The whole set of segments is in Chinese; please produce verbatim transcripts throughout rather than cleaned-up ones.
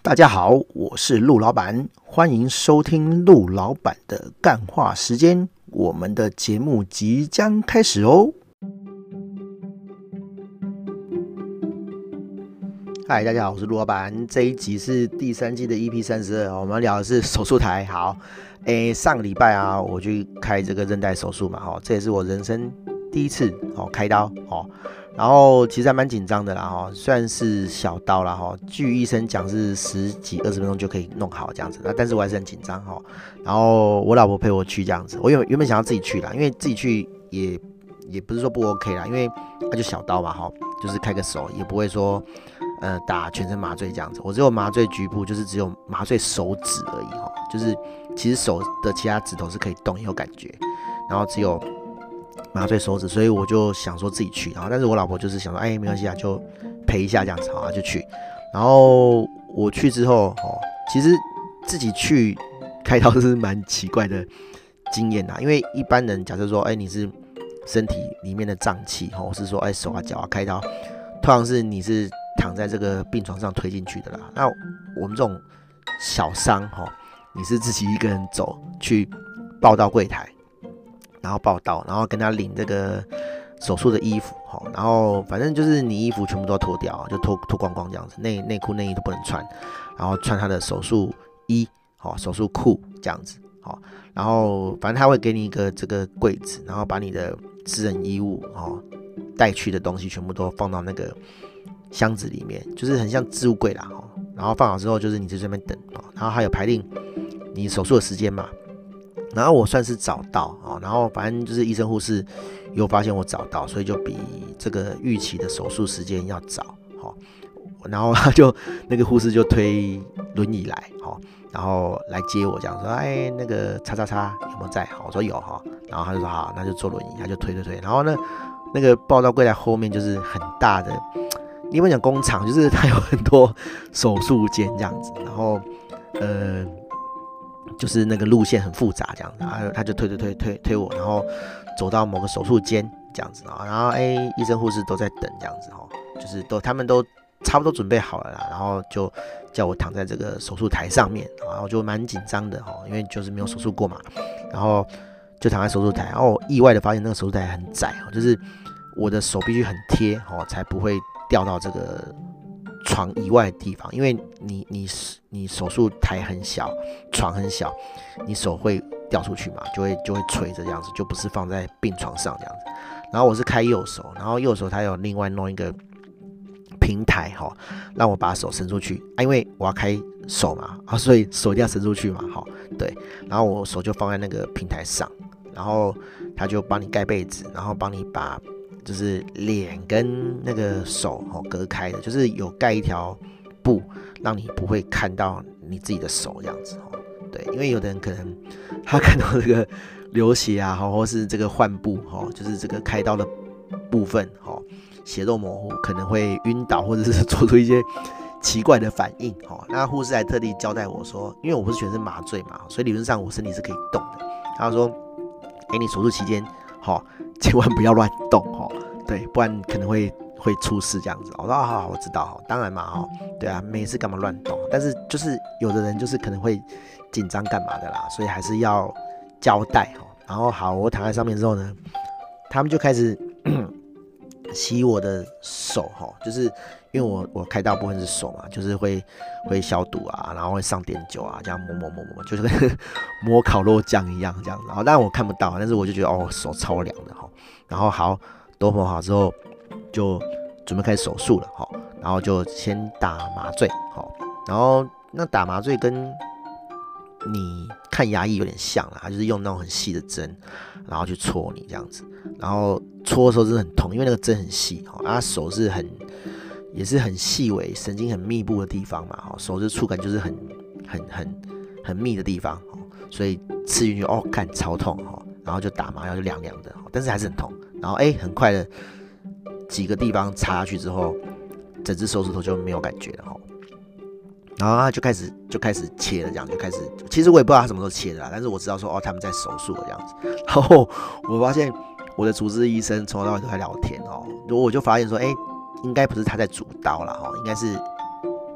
大家好，我是陆老板，欢迎收听陆老板的干话时间。我们的节目即将开始哦。嗨，大家好，我是陆老板。这一集是第三季的 E P 三十二，我们聊的是手术台。好，诶，上个礼拜啊，我去开这个韧带手术嘛，哈，这也是我人生第一次哦开刀哦。然后其实还蛮紧张的啦哈，虽然是小刀啦哈，据医生讲是十几二十分钟就可以弄好这样子，那但是我还是很紧张哈。然后我老婆陪我去这样子，我原原本想要自己去啦，因为自己去也也不是说不 OK 啦，因为那就小刀嘛哈，就是开个手，也不会说呃打全身麻醉这样子，我只有麻醉局部，就是只有麻醉手指而已哈，就是其实手的其他指头是可以动也有感觉，然后只有麻醉手指，所以我就想说自己去，然后但是我老婆就是想说，哎，没关系啊，就陪一下这样子，好，就去。然后我去之后，哦，其实自己去开刀是蛮奇怪的经验啊，因为一般人假设说，哎，你是身体里面的脏器，或是说，哎，手啊脚啊开刀，通常是你是躺在这个病床上推进去的啦。那我们这种小伤，哈，你是自己一个人走去报到柜台。然后报到，然后跟他领这个手术的衣服，然后反正就是你衣服全部都要脱掉，就脱脱光光这样子，内内裤内衣都不能穿，然后穿他的手术衣，手术裤这样子，然后反正他会给你一个这个柜子，然后把你的私人衣物带去的东西全部都放到那个箱子里面，就是很像置物柜啦，然后放好之后就是你在这边等，然后还有排定你手术的时间嘛。然后我算是早到，然后反正就是医生护士有发现我早到，所以就比这个预期的手术时间要早，然后他就那个护士就推轮椅来，然后来接我，这样说，哎，那个叉叉叉有没有在？我说有哈，然后他就说好，那就坐轮椅，他就推推推，然后呢，那个报到柜台后面就是很大的，你们讲工厂，就是它有很多手术间这样子，然后呃。就是那个路线很复杂这样子，他就推推推推推我，然后走到某个手术间这样子，然后哎，医生护士都在等这样子哈，就是都他们都差不多准备好了啦，然后就叫我躺在这个手术台上面，然后就蛮紧张的哈，因为就是没有手术过嘛，然后就躺在手术台，然后意外的发现那个手术台很窄，就是我的手必须很贴哦，才不会掉到这个床以外的地方，因为你你你手术台很小，床很小，你手会掉出去嘛，就会就会垂着这样子，就不是放在病床上这样子。然后我是开右手，然后右手它有另外弄一个平台哈，让我把手伸出去啊，因为我要开手嘛啊，所以手一定要伸出去嘛，好，对。然后我手就放在那个平台上，然后他就帮你盖被子，然后帮你把。就是脸跟那个手隔开的，就是有盖一条布，让你不会看到你自己的手这样子。对，因为有的人可能他看到这个流血啊，或是这个患部，就是这个开刀的部分，血肉模糊，可能会晕倒或者是做出一些奇怪的反应。那护士还特地交代我说，因为我不是全身麻醉嘛，所以理论上我身体是可以动的。他说，哎，你手术期间，千万不要乱动，对，不然可能会会出事这样子。我说好好，我知道，当然嘛，对啊，没事干嘛乱动？但是就是有的人就是可能会紧张干嘛的啦，所以还是要交代。然后好，我躺在上面之后呢，他们就开始洗我的手，就是因为我我开刀部分是手嘛，就是会会消毒啊，然后会上碘酒啊，这样抹抹抹抹，就是跟抹烤肉酱一样这样子。然后当然我看不到，但是我就觉得哦，手超凉的哈。然后好，都抹好之后，就准备开始手术了哈。然后就先打麻醉，哈。然后那打麻醉跟你看牙医有点像啦，他就是用那种很细的针，然后去戳你这样子。然后戳的时候真的很痛，因为那个针很细，啊，手是很也是很细微、神经很密布的地方嘛，手的触感就是很很很很密的地方，所以刺进去哦，看超痛，然后就打麻药就凉凉的，但是还是很痛。然后哎，很快的几个地方插下去之后，整只手指头就没有感觉了哈。然后他就开始就开始切了，这样就开始，其实我也不知道他什么时候切的啦，但是我知道说哦他们在手术了这样子。然后我发现我的主治医生从头到尾都在聊天哦，我就发现说，哎，应该不是他在主刀啦，应该是旁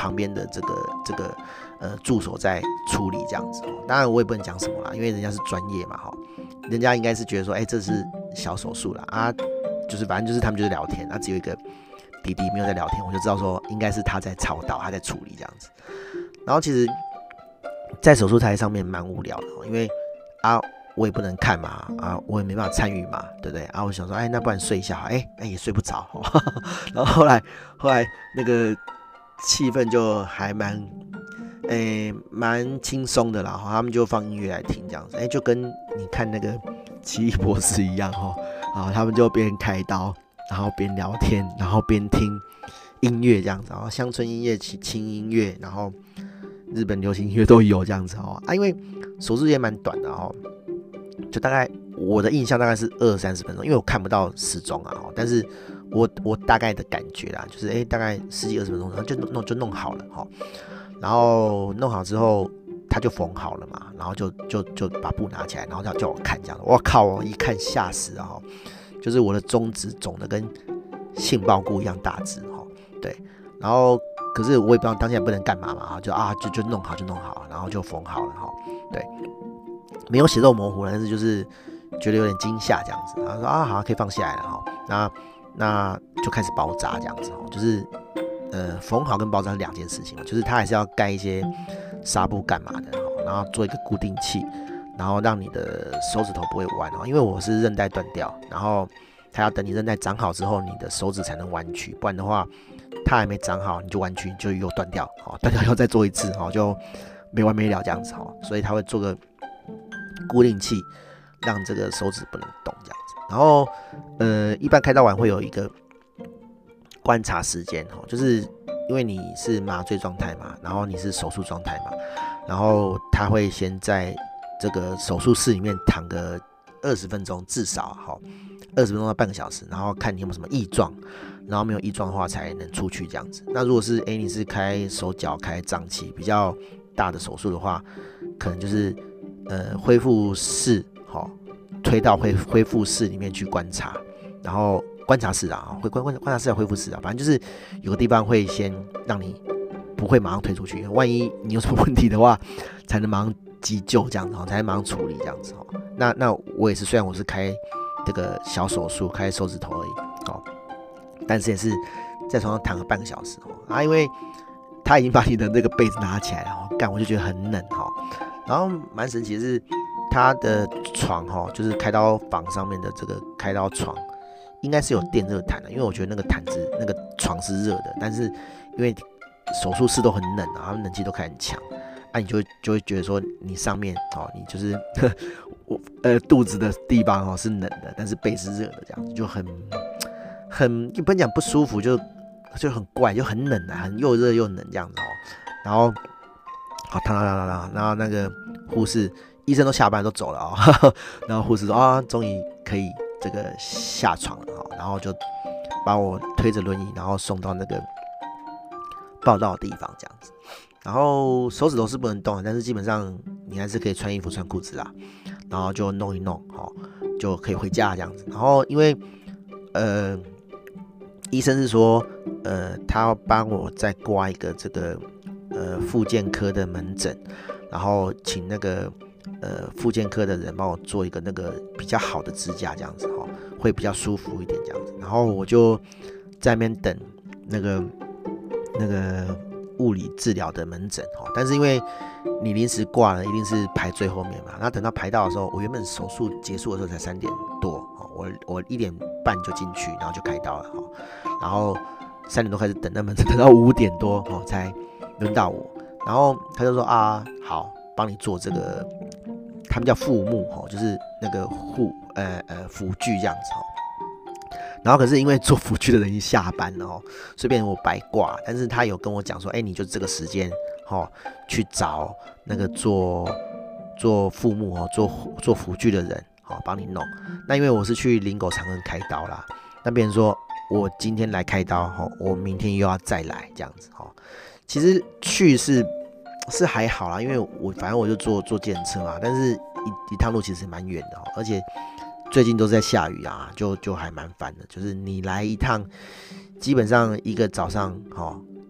旁边的这个这个呃助手在处理这样子哦。当然我也不能讲什么啦，因为人家是专业嘛哈，人家应该是觉得说，哎、欸，这是小手术啦啊，就是反正就是他们就是聊天，啊，只有一个弟弟没有在聊天，我就知道说应该是他在操刀，他在处理这样子。然后其实，在手术台上面蛮无聊的，因为啊。我也不能看嘛，啊，我也没办法参与嘛，对不对？啊，我想说，哎，那不然睡一下，哎，哎也睡不着，然后后来后来那个气氛就还蛮，哎，蛮轻松的啦，他们就放音乐来听这样子，哎，就跟你看那个奇异博士一样哈，啊，他们就边开刀，然后边聊天，然后边听音乐这样子，然后乡村音乐、轻音乐，然后日本流行音乐都有这样子哦，啊，因为手术也蛮短的哦。就大概我的印象大概是二三十分钟，因为我看不到时钟啊，但是我我大概的感觉啦，就是哎、欸、大概十几二十分钟，然后就弄就弄好了哈，然后弄好之后他就缝好了嘛，然后就就就把布拿起来，然后他叫我看这样，我靠，我一看吓死啊，就是我的中指肿的跟杏鲍菇一样大只哈，对，然后可是我也不知道当下不能干嘛嘛，就啊就就弄好就弄好，然后就缝好了哈，对。没有血肉模糊了，但是就是觉得有点惊吓这样子。然后说啊，好，可以放下来了哈。那那就开始包扎这样子，就是呃缝好跟包扎是两件事情，就是他还是要盖一些纱布干嘛的，然后做一个固定器，然后让你的手指头不会弯哦，因为我是韧带断掉，然后他要等你韧带长好之后，你的手指才能弯曲，不然的话它还没长好你就弯曲，就又断掉，哦，断掉以后再做一次，哦，就没完没了这样子哦，所以他会做个固定器，让这个手指不能动这样子。然后，呃，一般开刀完会有一个观察时间哈，就是因为你是麻醉状态嘛，然后你是手术状态嘛，然后他会先在这个手术室里面躺个二十分钟，至少哈，二十分钟到半个小时，然后看你有没有什么异状，然后没有异状的话才能出去这样子。那如果是哎、欸、你是开手脚开脏器比较大的手术的话，可能就是呃恢复室，好，推到恢恢复室里面去观察，然后观察室啊，会观观观察室的恢复室啊，反正就是有个地方会先让你不会马上推出去，万一你有什么问题的话，才能马上急救这样子，才能马上处理这样子哦。那那我也是，虽然我是开这个小手术，开手指头而已，哦，但是也是在床上躺了半个小时哦啊，因为他已经把你的那个被子拿起来了，哦，干我就觉得很冷哈，然后蛮神奇的是他的床哈，就是开刀房上面的这个开刀床，应该是有电热毯的，因为我觉得那个毯子那个床是热的，但是因为手术室都很冷啊，他们冷气都开很强，啊，你就会就会觉得说你上面哦，你就是我呃肚子的地方哦是冷的，但是背是热的，这样子就很很也不能讲不舒服，就就很怪，就很冷啊，很又热又冷这样子哦。然后好躺躺躺躺，然后那个护士医生都下班都走了哦，然后护士说啊，终于可以这个下床了哦，然后就把我推着轮椅，然后送到那个报到的地方这样子。然后手指头是不能动的，但是基本上你还是可以穿衣服穿裤子啦，然后就弄一弄，哦，就可以回家这样子。然后因为呃医生是说呃他要帮我再挂一个这个呃复健科的门诊，然后请那个呃复健科的人帮我做一个那个比较好的支架这样子，哦，会比较舒服一点这样子。然后我就在那边等那个那个物理治疗的门诊，但是因为你临时挂了，一定是排最后面嘛。那等到排到的时候，我原本手术结束的时候才三点多，我我一点半就进去，然后就开刀了，然后三点多开始等那门诊，等到五点多才轮到我。然后他就说啊，好，帮你做这个，他们叫副幕，就是那个护呃呃辅具这样子。然后可是因为做辅具的人已经下班了哦，所以变成我白挂。但是他有跟我讲说，哎，你就这个时间哦，去找那个做做副幕哦，做做辅具的人，好，帮你弄。那因为我是去林口长庚开刀啦，那别人说我今天来开刀，哈，我明天又要再来这样子，哈。其实去是是还好啦，因为我反正我就坐坐电车嘛，但是一一趟路其实蛮远的，而且最近都在下雨啊，就就还蛮烦的。就是你来一趟，基本上一个早上，哈，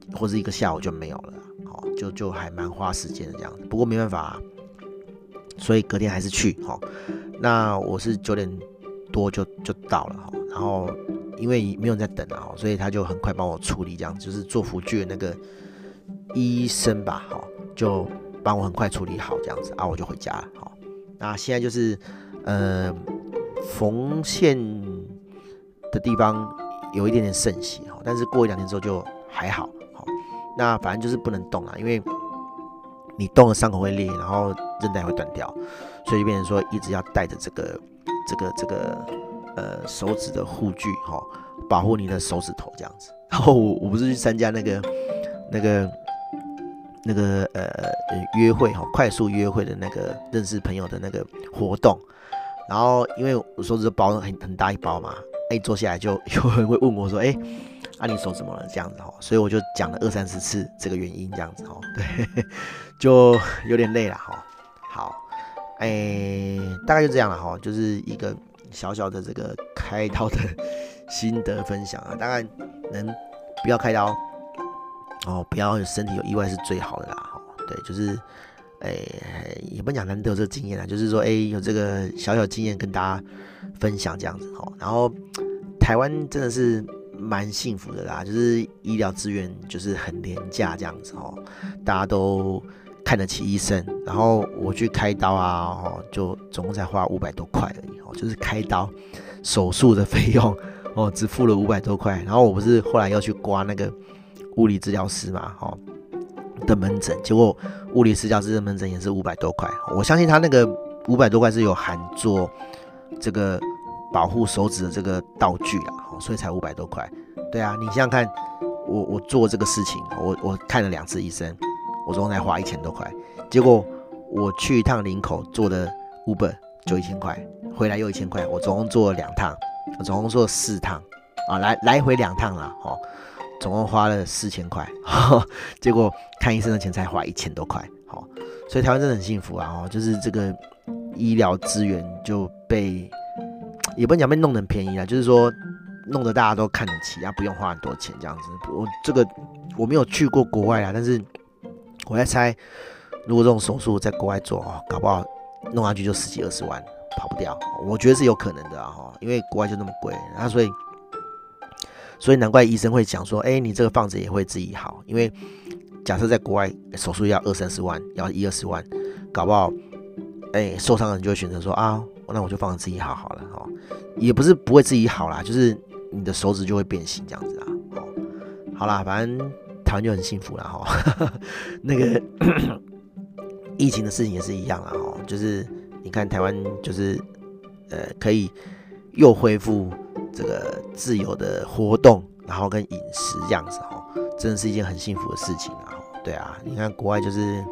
或是一个下午就没有了，好，就就还蛮花时间的这样子。不过没办法、啊，所以隔天还是去，好，那我是九点多就就到了，然后因为没有人在等啊，所以他就很快帮我处理，这样就是做辅具的那个医生吧，好，就帮我很快处理好这样子啊，我就回家了，好，那现在就是呃缝线的地方有一点点渗血，但是过一两天之后就还好，好，那反正就是不能动啊，因为你动了伤口会裂，然后韧带会断掉，所以就变成说一直要带着这个这个这个呃手指的护具哈、哦，保护你的手指头这样子。然后我我不是去参加那个那个那个呃约会哈、哦，快速约会的那个认识朋友的那个活动，然后因为我手指包很很大一包嘛，一坐下来就有人会问我说，哎、欸。啊，你手怎么了？这样子哈，所以我就讲了二三十次这个原因，这样子哈，对，就有点累了哈。好，哎、欸，大概就这样了哈，就是一个小小的这个开刀的心得分享啊，大概能不要开刀哦，不要身体有意外是最好的啦。对，就是哎、欸，也不能讲难得有这个经验啦，就是说哎、欸，有这个小小经验跟大家分享这样子哈。然后台湾真的是蛮幸福的啦，就是医疗资源就是很廉价这样子哦，大家都看得起医生。然后我去开刀啊，就总共才花五百多块而已哦，就是开刀手术的费用哦，只付了五百多块。然后我不是后来要去刮那个物理治疗师嘛，哦的门诊，结果物理治疗师的门诊也是五百多块。我相信他那个五百多块是有含做这个保护手指的这个道具啦，所以才五百多块。对啊，你想想看，我我做这个事情，我我看了两次医生，我总共才花一千多块。结果我去一趟林口做的 Uber 就一千块，回来又一千块，我总共做了两趟，我总共做了四趟啊，来来回两趟啦，哦，总共花了四千块，结果看医生的钱才花一千多块，好，所以台湾真的很幸福啊，哦，就是这个医疗资源就被。也不能讲被弄得很便宜啦，就是说弄得大家都看得起啊，不用花很多钱这样子。我这个我没有去过国外啦，但是我在猜，如果这种手术在国外做哦，搞不好弄下去就十几二十万，跑不掉。我觉得是有可能的啊，因为国外就那么贵，啊，所以所以难怪医生会讲说，哎、欸，你这个放着也会自己好，因为假设在国外手术要二三十万，要一二十万，搞不好，哎、欸，受伤的人就会选择说啊。那我就放着自己好好了哦，也不是不会自己好啦，就是你的手指就会变形这样子啦。哦，好啦，反正台湾就很幸福啦哈。那个疫情的事情也是一样啦哦，就是你看台湾就是呃可以又恢复这个自由的活动，然后跟饮食这样子哦，真的是一件很幸福的事情啊。对啊，你看国外就是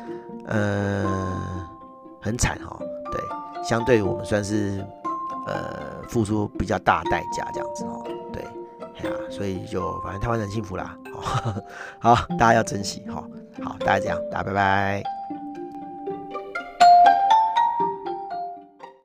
呃很惨哈。对，相对于我们算是呃付出比较大的代价这样子哦，对，哎呀，所以就反正台湾很幸福啦，好，大家要珍惜哈，好，大家这样，大家拜拜。